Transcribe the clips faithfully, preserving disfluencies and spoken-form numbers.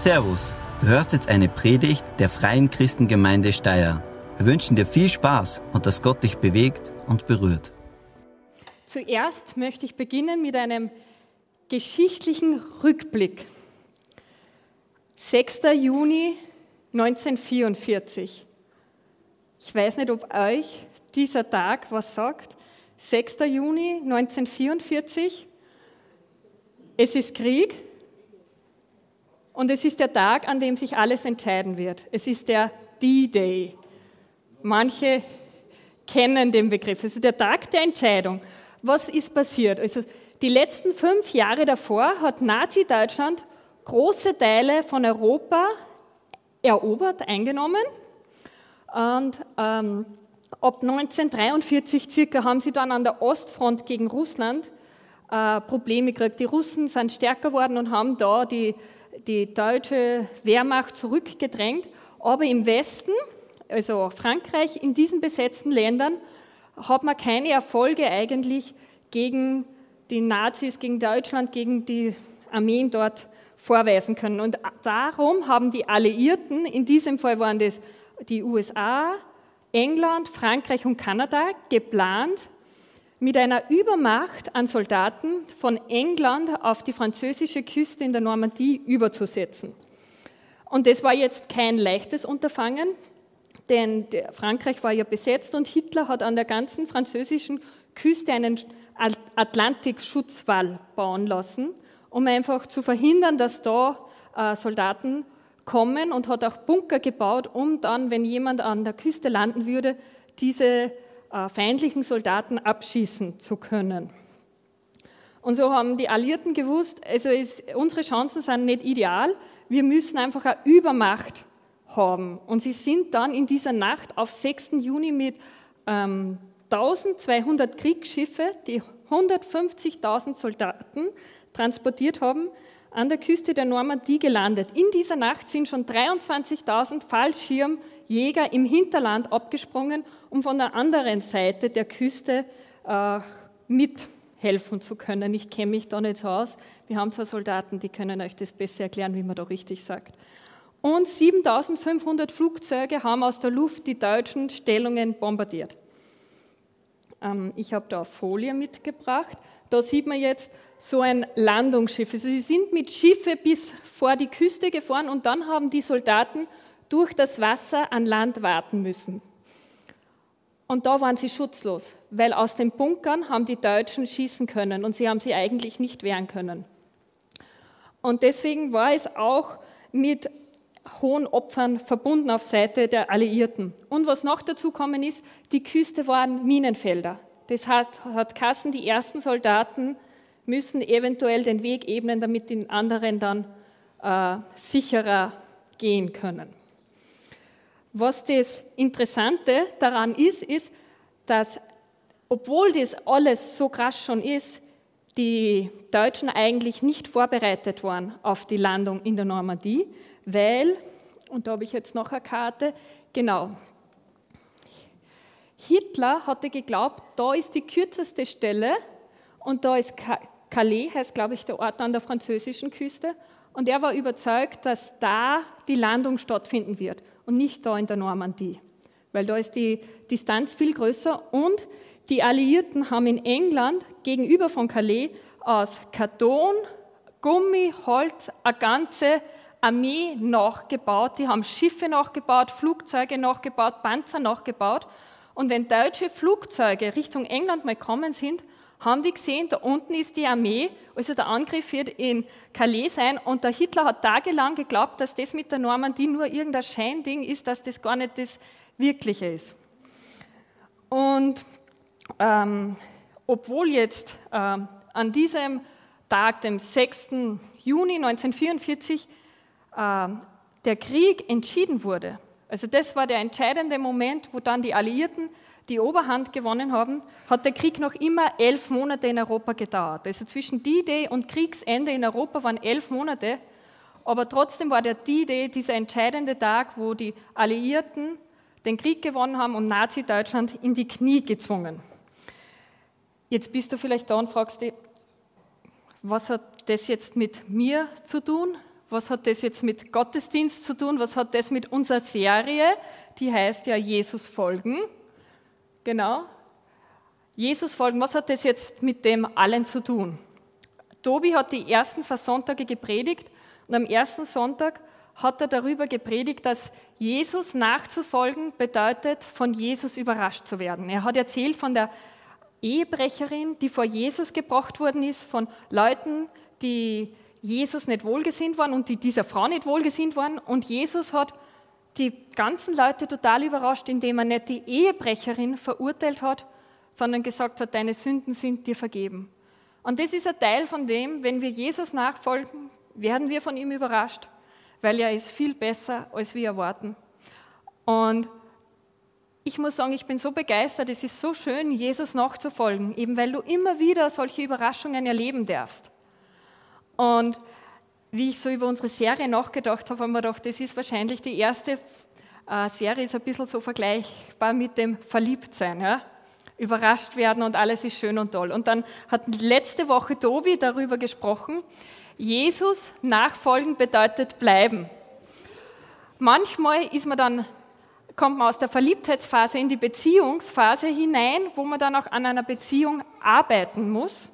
Servus, du hörst jetzt eine Predigt der Freien Christengemeinde Steyr. Wir wünschen dir viel Spaß und dass Gott dich bewegt und berührt. Zuerst möchte ich beginnen mit einem geschichtlichen Rückblick. sechster Juni neunzehnhundertvierundvierzig. Ich weiß nicht, ob euch dieser Tag was sagt. sechster Juni neunzehnhundertvierundvierzig. Es ist Krieg und es ist der Tag, an dem sich alles entscheiden wird. Es ist der D-Day. Manche kennen den Begriff. Es ist der Tag der Entscheidung. Was ist passiert? Also die letzten fünf Jahre davor hat Nazi-Deutschland große Teile von Europa erobert, eingenommen. Und ähm, ab neunzehnhundertdreiundvierzig circa haben sie dann an der Ostfront gegen Russland äh, Probleme gekriegt. Die Russen sind stärker geworden und haben da die, die deutsche Wehrmacht zurückgedrängt. Aber im Westen, also Frankreich, in diesen besetzten Ländern, hat man keine Erfolge eigentlich gegen die Nazis, gegen Deutschland, gegen die Armeen dort vorweisen können. Und darum haben die Alliierten, in diesem Fall waren das die U S A, England, Frankreich und Kanada, geplant, mit einer Übermacht an Soldaten von England auf die französische Küste in der Normandie überzusetzen. Und das war jetzt kein leichtes Unterfangen, denn Frankreich war ja besetzt und Hitler hat an der ganzen französischen Küste einen Atlantikschutzwall bauen lassen, um einfach zu verhindern, dass da äh, Soldaten kommen, und hat auch Bunker gebaut, um dann, wenn jemand an der Küste landen würde, diese äh, feindlichen Soldaten abschießen zu können. Und so haben die Alliierten gewusst, also ist, unsere Chancen sind nicht ideal, wir müssen einfach eine Übermacht haben. Und sie sind dann in dieser Nacht auf sechsten Juni mit ähm, eintausendzweihundert Kriegsschiffe, die hundertfünfzigtausend Soldaten transportiert haben, an der Küste der Normandie gelandet. In dieser Nacht sind schon dreiundzwanzigtausend Fallschirmjäger im Hinterland abgesprungen, um von der anderen Seite der Küste äh, mithelfen zu können. Ich kenne mich da nicht so aus. Wir haben zwar Soldaten, die können euch das besser erklären, wie man da richtig sagt. Und siebentausendfünfhundert Flugzeuge haben aus der Luft die deutschen Stellungen bombardiert. Ähm, ich habe da eine Folie mitgebracht. Da sieht man jetzt so ein Landungsschiff. Also sie sind mit Schiffe bis vor die Küste gefahren und dann haben die Soldaten durch das Wasser an Land warten müssen. Und da waren sie schutzlos, weil aus den Bunkern haben die Deutschen schießen können und sie haben sie eigentlich nicht wehren können. Und deswegen war es auch mit hohen Opfern verbunden auf Seite der Alliierten. Und was noch dazu gekommen ist, die Küste waren Minenfelder. Das hat, hat Kassen, die ersten Soldaten müssen eventuell den Weg ebnen, damit die anderen dann äh, sicherer gehen können. Was das Interessante daran ist, ist, dass, obwohl das alles so krass schon ist, die Deutschen eigentlich nicht vorbereitet waren auf die Landung in der Normandie, weil, und da habe ich jetzt noch eine Karte, genau, Hitler hatte geglaubt, da ist die kürzeste Stelle und da ist Calais, heißt glaube ich der Ort an der französischen Küste, und er war überzeugt, dass da die Landung stattfinden wird und nicht da in der Normandie, weil da ist die Distanz viel größer, und die Alliierten haben in England gegenüber von Calais aus Karton, Gummi, Holz eine ganze Armee nachgebaut, die haben Schiffe nachgebaut, Flugzeuge nachgebaut, Panzer nachgebaut. Und wenn deutsche Flugzeuge Richtung England mal gekommen sind, haben die gesehen, da unten ist die Armee, also der Angriff wird in Calais sein, und der Hitler hat tagelang geglaubt, dass das mit der Normandie nur irgendein Scheinding ist, dass das gar nicht das Wirkliche ist. Und ähm, obwohl jetzt ähm, an diesem Tag, dem sechsten Juni neunzehnhundertvierundvierzig, äh, der Krieg entschieden wurde, also das war der entscheidende Moment, wo dann die Alliierten die Oberhand gewonnen haben, hat der Krieg noch immer elf Monate in Europa gedauert. Also zwischen D-Day und Kriegsende in Europa waren elf Monate, aber trotzdem war der D-Day dieser entscheidende Tag, wo die Alliierten den Krieg gewonnen haben und Nazi-Deutschland in die Knie gezwungen. Jetzt bist du vielleicht da und fragst dich, was hat das jetzt mit mir zu tun? Was hat das jetzt mit Gottesdienst zu tun? Was hat das mit unserer Serie, die heißt ja Jesus folgen? Genau. Jesus folgen, was hat das jetzt mit dem allen zu tun? Tobi hat die ersten zwei Sonntage gepredigt und am ersten Sonntag hat er darüber gepredigt, dass Jesus nachzufolgen bedeutet, von Jesus überrascht zu werden. Er hat erzählt von der Ehebrecherin, die vor Jesus gebracht worden ist, von Leuten, die Jesus nicht wohlgesinnt waren und die dieser Frau nicht wohlgesinnt waren. Und Jesus hat die ganzen Leute total überrascht, indem er nicht die Ehebrecherin verurteilt hat, sondern gesagt hat, deine Sünden sind dir vergeben. Und das ist ein Teil von dem, wenn wir Jesus nachfolgen, werden wir von ihm überrascht, weil er ist viel besser, als wir erwarten. Und ich muss sagen, ich bin so begeistert, es ist so schön, Jesus nachzufolgen, eben weil du immer wieder solche Überraschungen erleben darfst. Und wie ich so über unsere Serie nachgedacht habe, habe ich mir gedacht, das ist wahrscheinlich die erste äh, Serie, ist ein bisschen so vergleichbar mit dem Verliebtsein. Ja? Überrascht werden und alles ist schön und toll. Und dann hat letzte Woche Tobi darüber gesprochen, Jesus nachfolgen bedeutet bleiben. Manchmal ist man dann, kommt man aus der Verliebtheitsphase in die Beziehungsphase hinein, wo man dann auch an einer Beziehung arbeiten muss.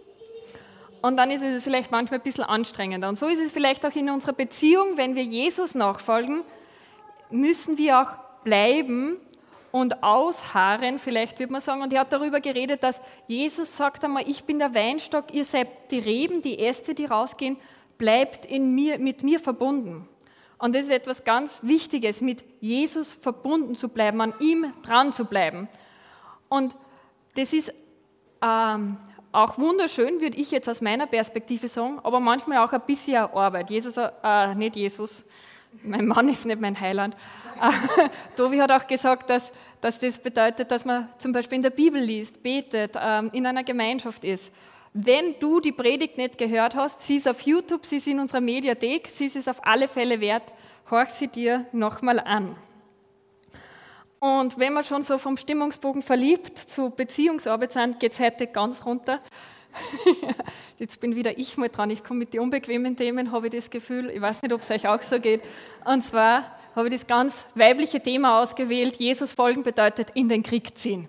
Und dann ist es vielleicht manchmal ein bisschen anstrengender. Und so ist es vielleicht auch in unserer Beziehung, wenn wir Jesus nachfolgen, müssen wir auch bleiben und ausharren, vielleicht würde man sagen. Und er hat darüber geredet, dass Jesus sagt einmal, ich bin der Weinstock, ihr seid die Reben, die Äste, die rausgehen, bleibt in mir, mit mir verbunden. Und das ist etwas ganz Wichtiges, mit Jesus verbunden zu bleiben, an ihm dran zu bleiben. Und das ist ähm, auch wunderschön, würde ich jetzt aus meiner Perspektive sagen, aber manchmal auch ein bisschen Arbeit. Jesus, äh, nicht Jesus, mein Mann ist nicht mein Heiland. Äh, Tobi hat auch gesagt, dass, dass das bedeutet, dass man zum Beispiel in der Bibel liest, betet, äh, in einer Gemeinschaft ist. Wenn du die Predigt nicht gehört hast, sie ist auf YouTube, sie ist in unserer Mediathek, sie ist es auf alle Fälle wert, horch sie dir nochmal an. Und wenn wir schon so vom Stimmungsbogen verliebt zu Beziehungsarbeit sind, geht es heute ganz runter. Jetzt bin wieder ich mal dran, ich komme mit den unbequemen Themen, habe ich das Gefühl, ich weiß nicht, ob es euch auch so geht. Und zwar habe ich das ganz weibliche Thema ausgewählt, Jesus folgen bedeutet in den Krieg ziehen.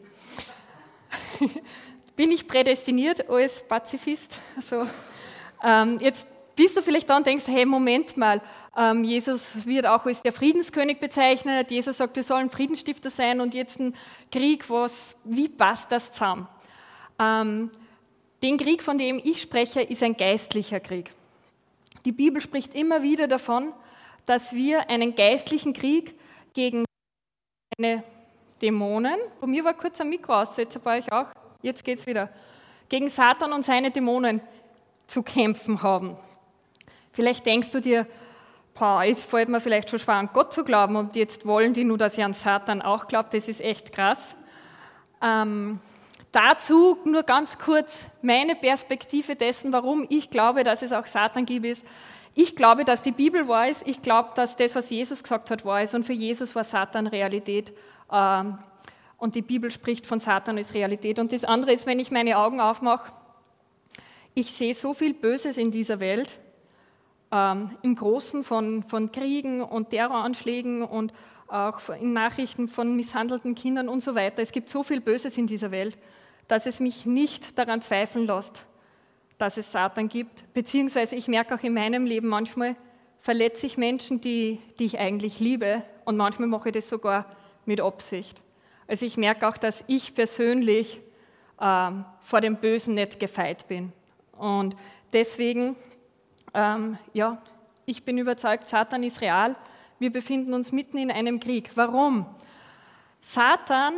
Bin ich prädestiniert als Pazifist? Also, ähm, jetzt bist du vielleicht da und denkst, hey, Moment mal, ähm, Jesus wird auch als der Friedenskönig bezeichnet, Jesus sagt, wir sollen Friedensstifter sein und jetzt ein Krieg, was, wie passt das zusammen? Ähm, den Krieg, von dem ich spreche, ist ein geistlicher Krieg. Die Bibel spricht immer wieder davon, dass wir einen geistlichen Krieg gegen eine Dämonen, bei mir war kurz ein Mikroaussetzer, bei euch auch, jetzt geht's wieder, gegen Satan und seine Dämonen zu kämpfen haben. Vielleicht denkst du dir, boah, es fällt mir vielleicht schon schwer, an Gott zu glauben und jetzt wollen die nur, dass ich an Satan auch glaube, das ist echt krass. Ähm, dazu nur ganz kurz meine Perspektive dessen, warum ich glaube, dass es auch Satan gibt, ist, ich glaube, dass die Bibel wahr ist, ich glaube, dass das, was Jesus gesagt hat, wahr ist und für Jesus war Satan Realität. Ähm, und die Bibel spricht von Satan als Realität. Und das andere ist, wenn ich meine Augen aufmache, ich sehe so viel Böses in dieser Welt, ähm, im Großen von, von Kriegen und Terroranschlägen und auch in Nachrichten von misshandelten Kindern und so weiter. Es gibt so viel Böses in dieser Welt, dass es mich nicht daran zweifeln lässt, dass es Satan gibt. Beziehungsweise ich merke auch in meinem Leben, manchmal verletze ich Menschen, die, die ich eigentlich liebe und manchmal mache ich das sogar mit Absicht. Also ich merke auch, dass ich persönlich ähm, vor dem Bösen nicht gefeit bin. Und deswegen, ähm, ja, ich bin überzeugt, Satan ist real. Wir befinden uns mitten in einem Krieg. Warum? Satan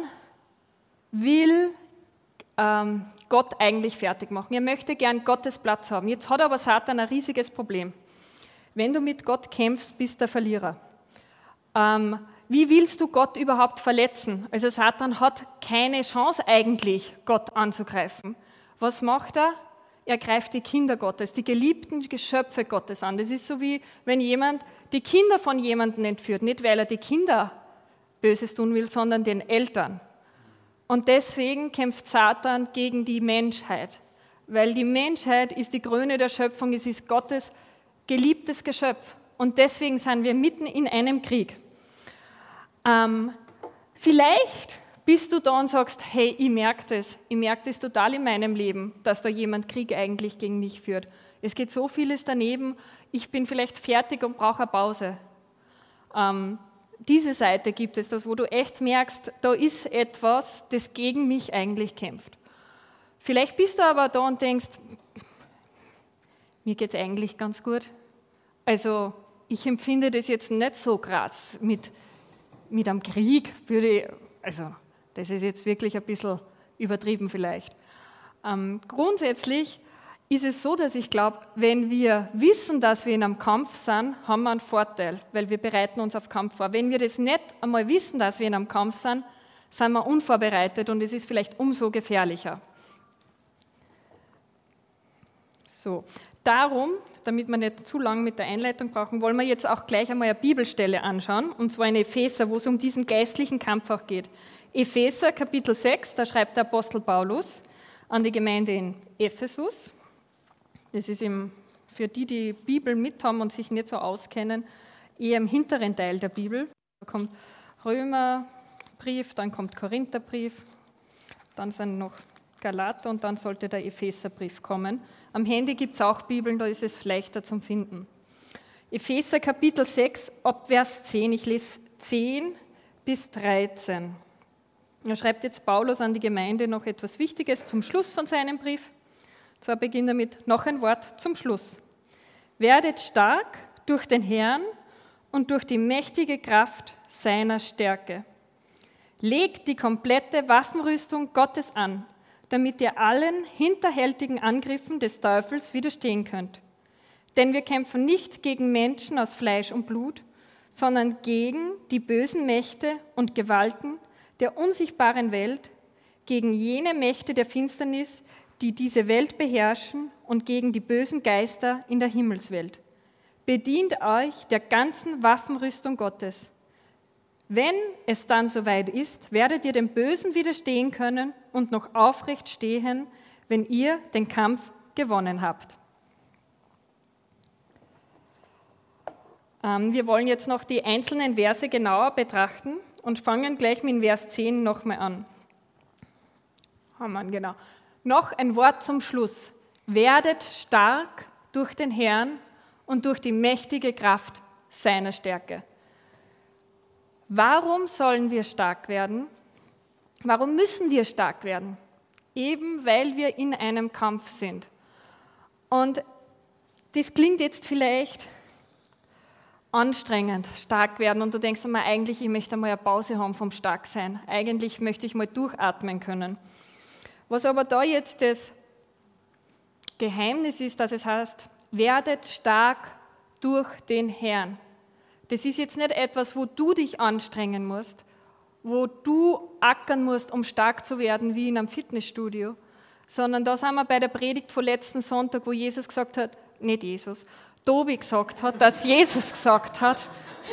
will ähm, Gott eigentlich fertig machen. Er möchte gern Gottes Platz haben. Jetzt hat aber Satan ein riesiges Problem. Wenn du mit Gott kämpfst, bist du der Verlierer. Ähm, wie willst du Gott überhaupt verletzen? Also Satan hat keine Chance eigentlich, Gott anzugreifen. Was macht er? Er greift die Kinder Gottes, die geliebten Geschöpfe Gottes an. Das ist so wie, wenn jemand die Kinder von jemandem entführt. Nicht, weil er die Kinder Böses tun will, sondern den Eltern. Und deswegen kämpft Satan gegen die Menschheit. Weil die Menschheit ist die Krone der Schöpfung, es ist Gottes geliebtes Geschöpf. Und deswegen sind wir mitten in einem Krieg. Ähm, vielleicht bist du da und sagst, hey, ich merke das, ich merke das total in meinem Leben, dass da jemand Krieg eigentlich gegen mich führt. Es geht so vieles daneben, ich bin vielleicht fertig und brauche eine Pause. Ähm, diese Seite gibt es, das, wo du echt merkst, da ist etwas, das gegen mich eigentlich kämpft. Vielleicht bist du aber da und denkst, mir geht es eigentlich ganz gut. Also ich empfinde das jetzt nicht so krass mit, mit einem Krieg, würde ich, also das ist jetzt wirklich ein bisschen übertrieben vielleicht. Ähm, grundsätzlich ist es so, dass ich glaube, wenn wir wissen, dass wir in einem Kampf sind, haben wir einen Vorteil, weil wir bereiten uns auf Kampf vor. Wenn wir das nicht einmal wissen, dass wir in einem Kampf sind, sind wir unvorbereitet und es ist vielleicht umso gefährlicher. So, darum, damit wir nicht zu lange mit der Einleitung brauchen, wollen wir jetzt auch gleich einmal eine Bibelstelle anschauen, und zwar in Epheser, wo es um diesen geistlichen Kampf auch geht. Epheser, Kapitel sechs, da schreibt der Apostel Paulus an die Gemeinde in Ephesus. Das ist im, für die, die Bibel mit haben und sich nicht so auskennen, eher im hinteren Teil der Bibel. Da kommt Römerbrief, dann kommt Korintherbrief, dann sind noch Galater und dann sollte der Epheserbrief kommen. Am Handy gibt es auch Bibeln, da ist es leichter zum Finden. Epheser Kapitel sechs, ab Vers zehn, ich lese zehn bis dreizehn. Da schreibt jetzt Paulus an die Gemeinde noch etwas Wichtiges zum Schluss von seinem Brief. Zwar beginnt er mit noch ein Wort zum Schluss. Werdet stark durch den Herrn und durch die mächtige Kraft seiner Stärke. Legt die komplette Waffenrüstung Gottes an, damit ihr allen hinterhältigen Angriffen des Teufels widerstehen könnt. Denn wir kämpfen nicht gegen Menschen aus Fleisch und Blut, sondern gegen die bösen Mächte und Gewalten der unsichtbaren Welt, gegen jene Mächte der Finsternis, die diese Welt beherrschen, und gegen die bösen Geister in der Himmelswelt. Bedient euch der ganzen Waffenrüstung Gottes. Wenn es dann soweit ist, werdet ihr dem Bösen widerstehen können und noch aufrecht stehen, wenn ihr den Kampf gewonnen habt. Ähm, wir wollen jetzt noch die einzelnen Verse genauer betrachten und fangen gleich mit Vers zehn nochmal an. Oh Mann, genau. Noch ein Wort zum Schluss. Werdet stark durch den Herrn und durch die mächtige Kraft seiner Stärke. Warum sollen wir stark werden? Warum müssen wir stark werden? Eben weil wir in einem Kampf sind. Und das klingt jetzt vielleicht anstrengend, stark werden. Und du denkst einmal, eigentlich, ich möchte einmal eine Pause haben vom Starksein. Eigentlich möchte ich mal durchatmen können. Was aber da jetzt das Geheimnis ist, dass es heißt, werdet stark durch den Herrn. Das ist jetzt nicht etwas, wo du dich anstrengen musst, wo du ackern musst, um stark zu werden, wie in einem Fitnessstudio, sondern da sind wir bei der Predigt von letzten Sonntag, wo Jesus gesagt hat, nicht Jesus, Tobi gesagt hat, dass Jesus gesagt hat,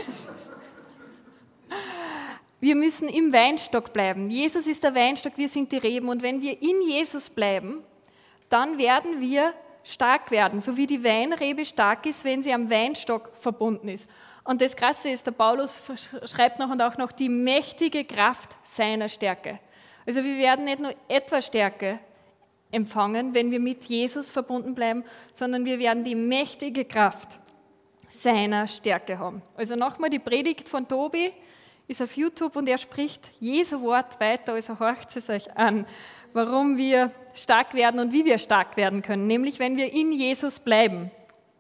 wir müssen im Weinstock bleiben. Jesus ist der Weinstock, wir sind die Reben. Und wenn wir in Jesus bleiben, dann werden wir stark werden, so wie die Weinrebe stark ist, wenn sie am Weinstock verbunden ist. Und das Krasse ist, der Paulus schreibt noch und auch noch die mächtige Kraft seiner Stärke. Also wir werden nicht nur etwas Stärke empfangen, wenn wir mit Jesus verbunden bleiben, sondern wir werden die mächtige Kraft seiner Stärke haben. Also nochmal, die Predigt von Tobi ist auf YouTube und er spricht Jesu Wort weiter, also horcht es euch an, warum wir stark werden und wie wir stark werden können, nämlich wenn wir in Jesus bleiben.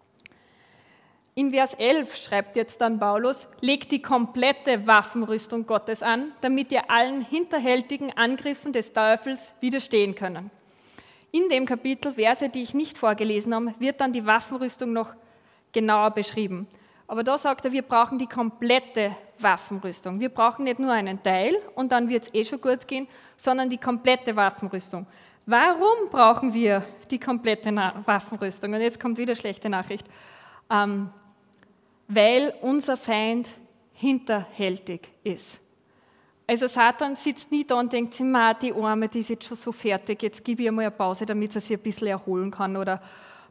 In Vers elf schreibt jetzt dann Paulus, legt die komplette Waffenrüstung Gottes an, damit ihr allen hinterhältigen Angriffen des Teufels widerstehen können. In dem Kapitel, Verse, die ich nicht vorgelesen habe, wird dann die Waffenrüstung noch genauer beschrieben. Aber da sagt er, wir brauchen die komplette Waffenrüstung. Wir brauchen nicht nur einen Teil und dann wird es eh schon gut gehen, sondern die komplette Waffenrüstung. Warum brauchen wir die komplette Waffenrüstung? Und jetzt kommt wieder schlechte Nachricht. Ähm, weil unser Feind hinterhältig ist. Also Satan sitzt nie da und denkt sich, Ma, die Arme, die ist jetzt schon so fertig, jetzt gebe ich ihr mal eine Pause, damit sie sich ein bisschen erholen kann. Oder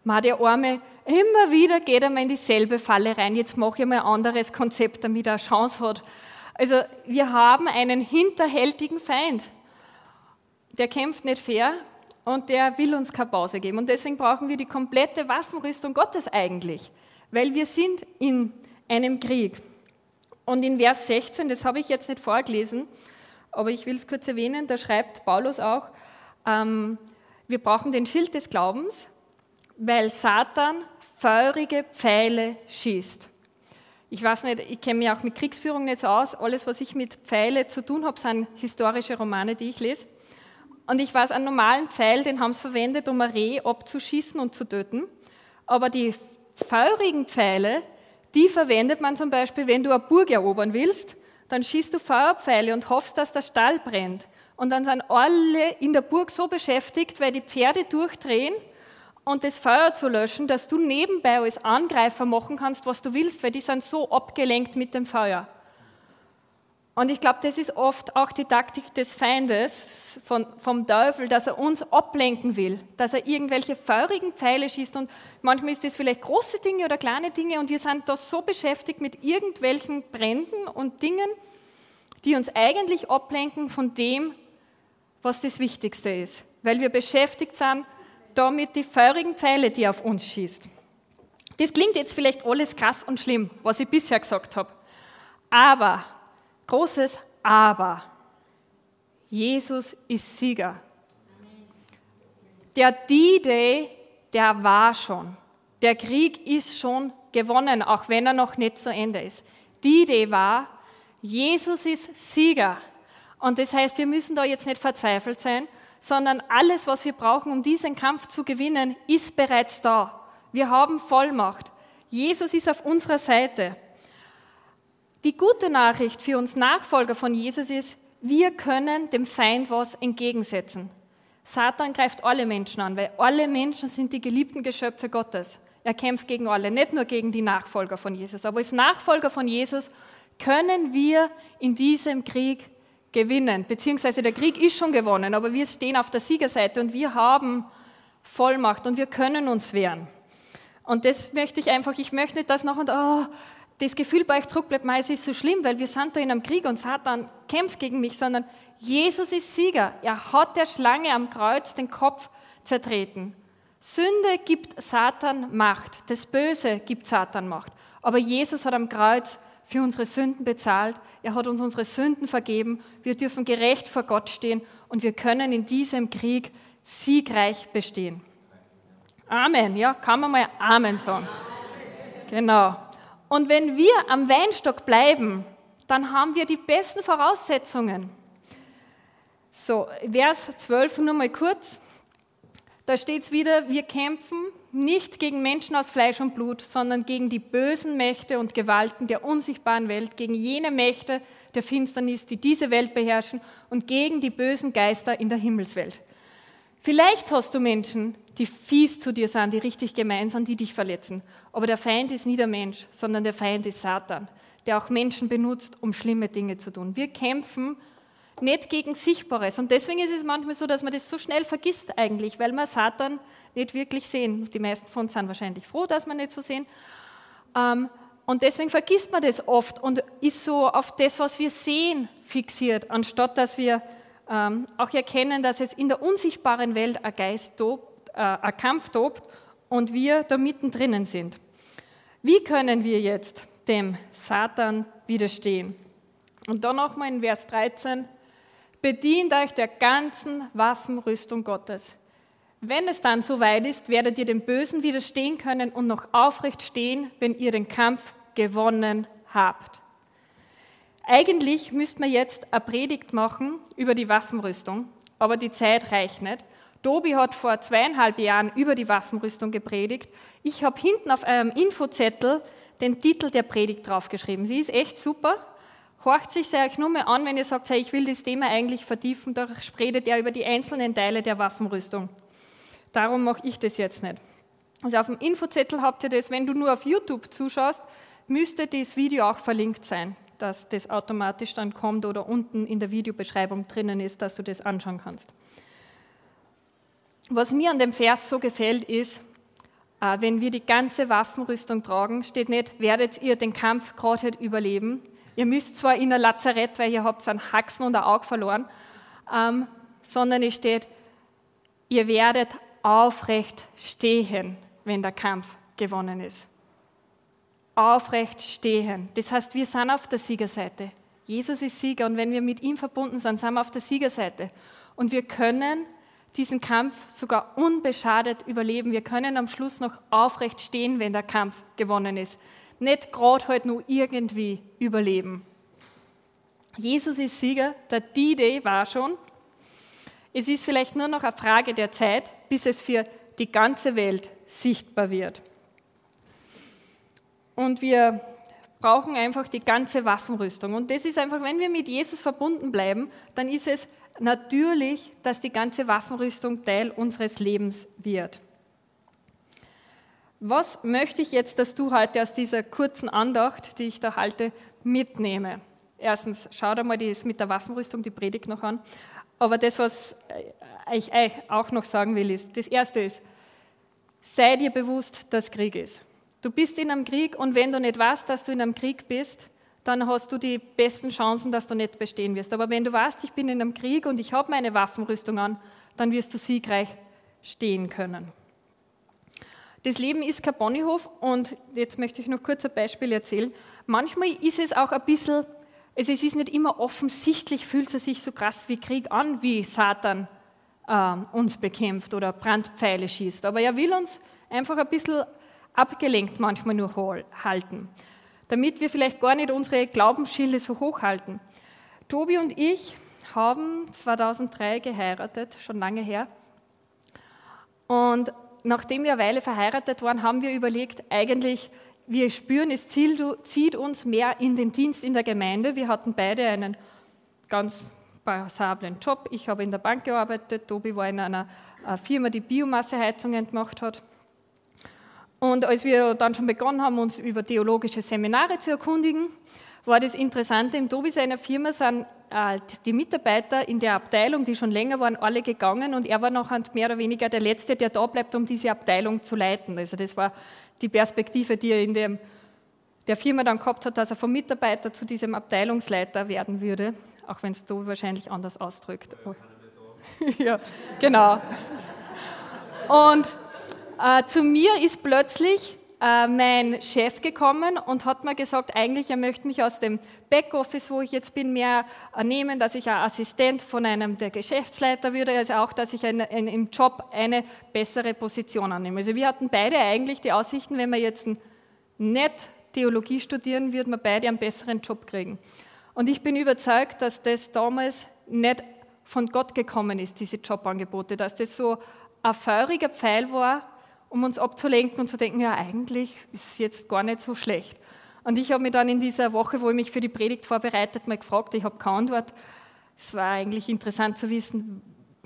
Ma, der Arme, immer wieder geht er mal in dieselbe Falle rein, jetzt mache ich mal ein anderes Konzept, damit er eine Chance hat. Also wir haben einen hinterhältigen Feind, der kämpft nicht fair und der will uns keine Pause geben. Und deswegen brauchen wir die komplette Waffenrüstung Gottes eigentlich, weil wir sind in einem Krieg. Und in Vers sechzehn, das habe ich jetzt nicht vorgelesen, aber ich will es kurz erwähnen, da schreibt Paulus auch, ähm, wir brauchen den Schild des Glaubens, weil Satan feurige Pfeile schießt. Ich weiß nicht, ich kenne mich auch mit Kriegsführung nicht so aus. Alles, was ich mit Pfeile zu tun habe, sind historische Romane, die ich lese. Und ich weiß, einen normalen Pfeil, den haben sie verwendet, um ein Reh abzuschießen und zu töten. Aber die feurigen Pfeile, die verwendet man zum Beispiel, wenn du eine Burg erobern willst, dann schießt du Feuerpfeile und hoffst, dass der Stall brennt. Und dann sind alle in der Burg so beschäftigt, weil die Pferde durchdrehen und das Feuer zu löschen, dass du nebenbei als Angreifer machen kannst, was du willst, weil die sind so abgelenkt mit dem Feuer. Und ich glaube, das ist oft auch die Taktik des Feindes, von, vom Teufel, dass er uns ablenken will, dass er irgendwelche feurigen Pfeile schießt und manchmal ist das vielleicht große Dinge oder kleine Dinge und wir sind da so beschäftigt mit irgendwelchen Bränden und Dingen, die uns eigentlich ablenken von dem, was das Wichtigste ist, weil wir beschäftigt sind damit die feurigen Pfeile, die auf uns schießt. Das klingt jetzt vielleicht alles krass und schlimm, was ich bisher gesagt habe, aber großes Aber. Jesus ist Sieger. Der D-Day, der war schon. Der Krieg ist schon gewonnen, auch wenn er noch nicht zu Ende ist. D-Day war, Jesus ist Sieger. Und das heißt, wir müssen da jetzt nicht verzweifelt sein, sondern alles, was wir brauchen, um diesen Kampf zu gewinnen, ist bereits da. Wir haben Vollmacht. Jesus ist auf unserer Seite. Die gute Nachricht für uns Nachfolger von Jesus ist, wir können dem Feind was entgegensetzen. Satan greift alle Menschen an, weil alle Menschen sind die geliebten Geschöpfe Gottes. Er kämpft gegen alle, nicht nur gegen die Nachfolger von Jesus. Aber als Nachfolger von Jesus können wir in diesem Krieg gewinnen. Beziehungsweise der Krieg ist schon gewonnen, aber wir stehen auf der Siegerseite und wir haben Vollmacht und wir können uns wehren. Und das möchte ich einfach, ich möchte nicht, dass noch und oh, das Gefühl bei euch zurückbleibt, es ist so schlimm, weil wir sind da in einem Krieg und Satan kämpft gegen mich, sondern Jesus ist Sieger. Er hat der Schlange am Kreuz den Kopf zertreten. Sünde gibt Satan Macht, das Böse gibt Satan Macht. Aber Jesus hat am Kreuz für unsere Sünden bezahlt. Er hat uns unsere Sünden vergeben. Wir dürfen gerecht vor Gott stehen und wir können in diesem Krieg siegreich bestehen. Amen. Ja, kann man mal Amen sagen. Genau. Und wenn wir am Weinstock bleiben, dann haben wir die besten Voraussetzungen. So, Vers zwölf nur mal kurz. Da steht es wieder, wir kämpfen nicht gegen Menschen aus Fleisch und Blut, sondern gegen die bösen Mächte und Gewalten der unsichtbaren Welt, gegen jene Mächte der Finsternis, die diese Welt beherrschen und gegen die bösen Geister in der Himmelswelt. Vielleicht hast du Menschen, die fies zu dir sind, die richtig gemein sind, die dich verletzen. Aber der Feind ist nie der Mensch, sondern der Feind ist Satan, der auch Menschen benutzt, um schlimme Dinge zu tun. Wir kämpfen nicht gegen Sichtbares. Und deswegen ist es manchmal so, dass man das so schnell vergisst eigentlich, weil wir Satan nicht wirklich sehen. Die meisten von uns sind wahrscheinlich froh, dass wir nicht so sehen. Und deswegen vergisst man das oft und ist so auf das, was wir sehen, fixiert, anstatt dass wir auch erkennen, dass es in der unsichtbaren Welt ein Geist tobt, äh, ein Kampf tobt und wir da mittendrin sind. Wie können wir jetzt dem Satan widerstehen? Und dann nochmal in Vers dreizehn, bedient euch der ganzen Waffenrüstung Gottes. Wenn es dann soweit ist, werdet ihr dem Bösen widerstehen können und noch aufrecht stehen, wenn ihr den Kampf gewonnen habt. Eigentlich müsste man jetzt eine Predigt machen über die Waffenrüstung, aber die Zeit reicht nicht. Tobi hat vor zweieinhalb Jahren über die Waffenrüstung gepredigt. Ich habe hinten auf einem Infozettel den Titel der Predigt draufgeschrieben. Sie ist echt super. Horcht sich euch nur mal an, wenn ihr sagt, hey, ich will das Thema eigentlich vertiefen, da redet er über die einzelnen Teile der Waffenrüstung. Darum mache ich das jetzt nicht. Also auf dem Infozettel habt ihr das, wenn du nur auf YouTube zuschaust, müsste das Video auch verlinkt sein, dass das automatisch dann kommt oder unten in der Videobeschreibung drinnen ist, dass du das anschauen kannst. Was mir an dem Vers so gefällt, ist, äh, wenn wir die ganze Waffenrüstung tragen, steht nicht, werdet ihr den Kampf gerade halt überleben. Ihr müsst zwar in ein Lazarett, weil ihr habt einen Haxen und ein Auge verloren, ähm, sondern es steht, ihr werdet aufrecht stehen, wenn der Kampf gewonnen ist. Aufrecht stehen. Das heißt, wir sind auf der Siegerseite. Jesus ist Sieger und wenn wir mit ihm verbunden sind, sind wir auf der Siegerseite. Und wir können diesen Kampf sogar unbeschadet überleben. Wir können am Schluss noch aufrecht stehen, wenn der Kampf gewonnen ist. Nicht gerade halt nur irgendwie überleben. Jesus ist Sieger, der D-Day war schon. Es ist vielleicht nur noch eine Frage der Zeit, bis es für die ganze Welt sichtbar wird. Und wir brauchen einfach die ganze Waffenrüstung. Und das ist einfach, wenn wir mit Jesus verbunden bleiben, dann ist es natürlich, dass die ganze Waffenrüstung Teil unseres Lebens wird. Was möchte ich jetzt, dass du heute aus dieser kurzen Andacht, die ich da halte, mitnehme? Erstens, schau dir mal das mit der Waffenrüstung, die Predigt noch an. Aber das, was ich euch auch noch sagen will, ist, das Erste ist, sei dir bewusst, dass Krieg ist. Du bist in einem Krieg und wenn du nicht weißt, dass du in einem Krieg bist, dann hast du die besten Chancen, dass du nicht bestehen wirst. Aber wenn du weißt, ich bin in einem Krieg und ich habe meine Waffenrüstung an, dann wirst du siegreich stehen können. Das Leben ist kein Ponyhof und jetzt möchte ich noch kurz ein Beispiel erzählen. Manchmal ist es auch ein bisschen, also es ist nicht immer offensichtlich, fühlt es sich so krass wie Krieg an, wie Satan äh, uns bekämpft oder Brandpfeile schießt. Aber er will uns einfach ein bisschen abgelenkt manchmal nur halten, damit wir vielleicht gar nicht unsere Glaubensschilde so hochhalten. Tobi und ich haben zweitausenddrei geheiratet, schon lange her. Und nachdem wir eine Weile verheiratet waren, haben wir überlegt, eigentlich, wir spüren, es zieht uns mehr in den Dienst in der Gemeinde. Wir hatten beide einen ganz passablen Job. Ich habe in der Bank gearbeitet, Tobi war in einer Firma, die Biomasseheizungen gemacht hat. Und als wir dann schon begonnen haben, uns über theologische Seminare zu erkundigen, war das Interessante, im Tobi seiner Firma sind äh, die Mitarbeiter in der Abteilung, die schon länger waren, alle gegangen und er war noch mehr oder weniger der Letzte, der da bleibt, um diese Abteilung zu leiten. Also das war die Perspektive, die er in dem, der Firma dann gehabt hat, dass er vom Mitarbeiter zu diesem Abteilungsleiter werden würde, auch wenn es Tobi wahrscheinlich anders ausdrückt. Ja, genau. Und Äh, zu mir ist plötzlich äh, mein Chef gekommen und hat mir gesagt, eigentlich, er möchte mich aus dem Backoffice, wo ich jetzt bin, mehr äh, nehmen, dass ich ein Assistent von einem der Geschäftsleiter würde, also auch, dass ich ein, ein, im Job eine bessere Position annehme. Also wir hatten beide eigentlich die Aussichten, wenn wir jetzt nicht Theologie studieren, würden wir beide einen besseren Job kriegen. Und ich bin überzeugt, dass das damals nicht von Gott gekommen ist, diese Jobangebote, dass das so ein feuriger Pfeil war, um uns abzulenken und zu denken, ja, eigentlich ist es jetzt gar nicht so schlecht. Und ich habe mich dann in dieser Woche, wo ich mich für die Predigt vorbereitet, mal gefragt, ich habe keine Antwort. Es war eigentlich interessant zu wissen,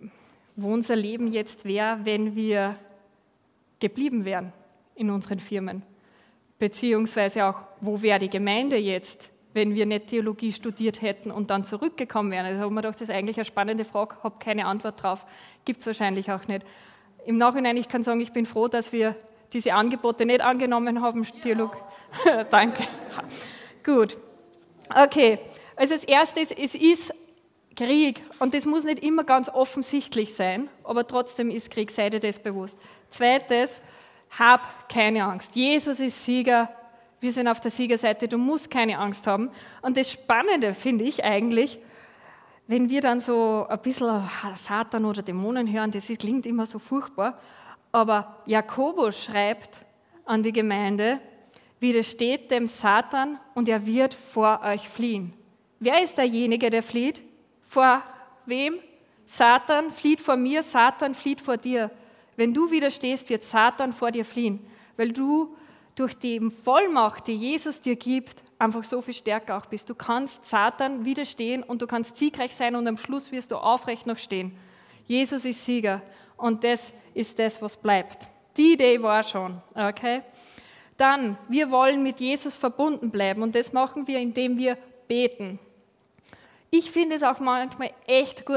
wo unser Leben jetzt wäre, wenn wir geblieben wären in unseren Firmen. Beziehungsweise auch, wo wäre die Gemeinde jetzt, wenn wir nicht Theologie studiert hätten und dann zurückgekommen wären. Also habe ich mir gedacht, das ist eigentlich eine spannende Frage, habe keine Antwort drauf, gibt es wahrscheinlich auch nicht. Im Nachhinein, ich kann sagen, ich bin froh, dass wir diese Angebote nicht angenommen haben. Theolog. Ja. Danke. Gut. Okay. Also das Erste ist, es ist Krieg und das muss nicht immer ganz offensichtlich sein, aber trotzdem ist Krieg, sei dir das bewusst. Zweites, hab keine Angst. Jesus ist Sieger, wir sind auf der Siegerseite, du musst keine Angst haben. Und das Spannende finde ich eigentlich, wenn wir dann so ein bisschen Satan oder Dämonen hören, das klingt immer so furchtbar, aber Jakobus schreibt an die Gemeinde, widersteht dem Satan und er wird vor euch fliehen. Wer ist derjenige, der flieht? Vor wem? Satan flieht vor mir, Satan flieht vor dir. Wenn du widerstehst, wird Satan vor dir fliehen, weil du durch die Vollmacht, die Jesus dir gibt, einfach so viel stärker auch bist. Du kannst Satan widerstehen und du kannst siegreich sein und am Schluss wirst du aufrecht noch stehen. Jesus ist Sieger und das ist das, was bleibt. Die Idee war schon, okay? Dann, wir wollen mit Jesus verbunden bleiben und das machen wir, indem wir beten. Ich finde es auch manchmal echt gut,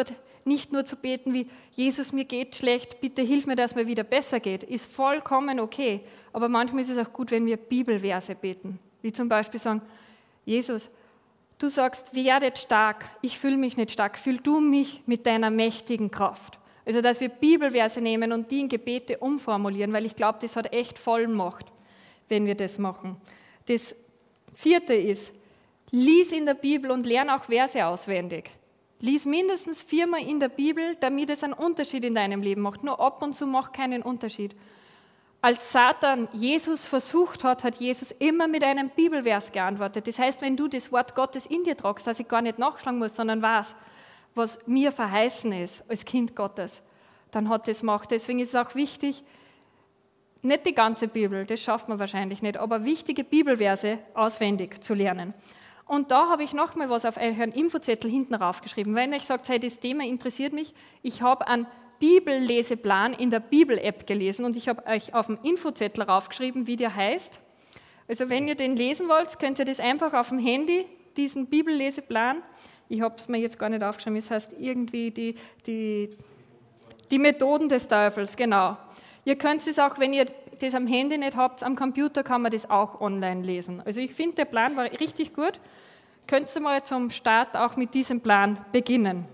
nicht nur zu beten wie, Jesus, mir geht schlecht, bitte hilf mir, dass mir wieder besser geht, ist vollkommen okay. Aber manchmal ist es auch gut, wenn wir Bibelverse beten, wie zum Beispiel sagen, Jesus, du sagst, werdet stark, ich fühle mich nicht stark, fühl du mich mit deiner mächtigen Kraft. Also, dass wir Bibelverse nehmen und die in Gebete umformulieren, weil ich glaube, das hat echt Vollmacht, wenn wir das machen. Das vierte ist, lies in der Bibel und lerne auch Verse auswendig. Lies mindestens viermal in der Bibel, damit es einen Unterschied in deinem Leben macht. Nur ab und zu macht keinen Unterschied. Als Satan Jesus versucht hat, hat Jesus immer mit einem Bibelvers geantwortet. Das heißt, wenn du das Wort Gottes in dir tragst, dass ich gar nicht nachschlagen muss, sondern weiß, was mir verheißen ist als Kind Gottes, dann hat das Macht. Deswegen ist es auch wichtig, nicht die ganze Bibel, das schafft man wahrscheinlich nicht, aber wichtige Bibelverse auswendig zu lernen. Und da habe ich nochmal was auf einen Infozettel hinten raufgeschrieben. Wenn ich sagt, hey, das Thema interessiert mich, ich habe einen Bibelleseplan in der Bibel-App gelesen und ich habe euch auf dem Infozettel raufgeschrieben, wie der heißt. Also wenn ihr den lesen wollt, könnt ihr das einfach auf dem Handy, diesen Bibelleseplan, ich habe es mir jetzt gar nicht aufgeschrieben, es heißt irgendwie die, die, die Methoden des Teufels, genau. Ihr könnt es auch, wenn ihr das am Handy nicht habt, am Computer kann man das auch online lesen. Also ich finde, der Plan war richtig gut. Könnt ihr mal zum Start auch mit diesem Plan beginnen.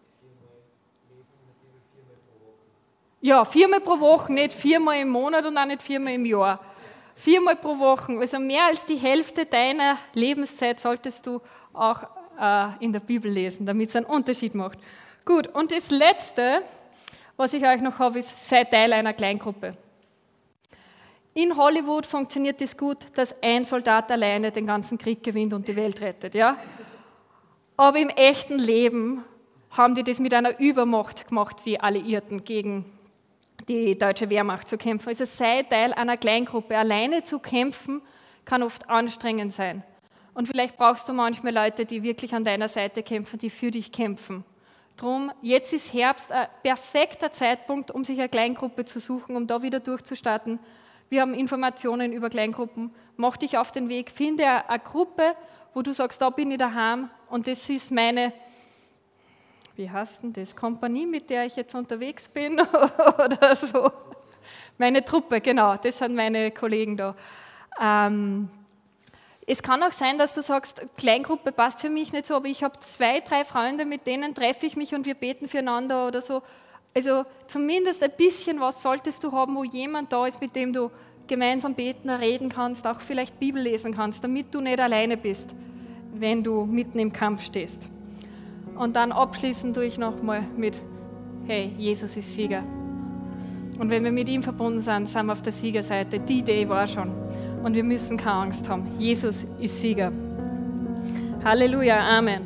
Ja, viermal pro Woche, nicht viermal im Monat und auch nicht viermal im Jahr. Viermal pro Woche, also mehr als die Hälfte deiner Lebenszeit solltest du auch äh, in der Bibel lesen, damit es einen Unterschied macht. Gut, und das Letzte, was ich euch noch habe, ist, sei Teil einer Kleingruppe. In Hollywood funktioniert es das gut, dass ein Soldat alleine den ganzen Krieg gewinnt und die Welt rettet. Ja? Aber im echten Leben haben die das mit einer Übermacht gemacht, die Alliierten gegen die deutsche Wehrmacht zu kämpfen. Also sei Teil einer Kleingruppe. Alleine zu kämpfen kann oft anstrengend sein. Und vielleicht brauchst du manchmal Leute, die wirklich an deiner Seite kämpfen, die für dich kämpfen. Drum, jetzt ist Herbst ein perfekter Zeitpunkt, um sich eine Kleingruppe zu suchen, um da wieder durchzustarten. Wir haben Informationen über Kleingruppen. Mach dich auf den Weg, finde eine Gruppe, wo du sagst, da bin ich daheim und das ist meine, wie heißt denn das, Kompanie, mit der ich jetzt unterwegs bin oder so. Meine Truppe, genau, das sind meine Kollegen da. Ähm, es kann auch sein, dass du sagst, Kleingruppe passt für mich nicht so, aber ich habe zwei, drei Freunde, mit denen treffe ich mich und wir beten füreinander oder so. Also zumindest ein bisschen was solltest du haben, wo jemand da ist, mit dem du gemeinsam beten, reden kannst, auch vielleicht Bibel lesen kannst, damit du nicht alleine bist, wenn du mitten im Kampf stehst. Und dann abschließen tue ich nochmal mit, hey, Jesus ist Sieger. Und wenn wir mit ihm verbunden sind, sind wir auf der Siegerseite. Die Idee war schon. Und wir müssen keine Angst haben. Jesus ist Sieger. Halleluja, Amen.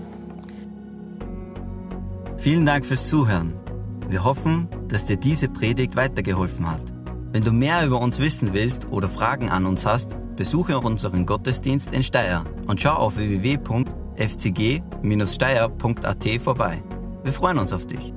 Vielen Dank fürs Zuhören. Wir hoffen, dass dir diese Predigt weitergeholfen hat. Wenn du mehr über uns wissen willst oder Fragen an uns hast, besuche unseren Gottesdienst in Steyr und schau auf w w w punkt f c g Bindestrich steyr punkt a t vorbei. Wir freuen uns auf dich.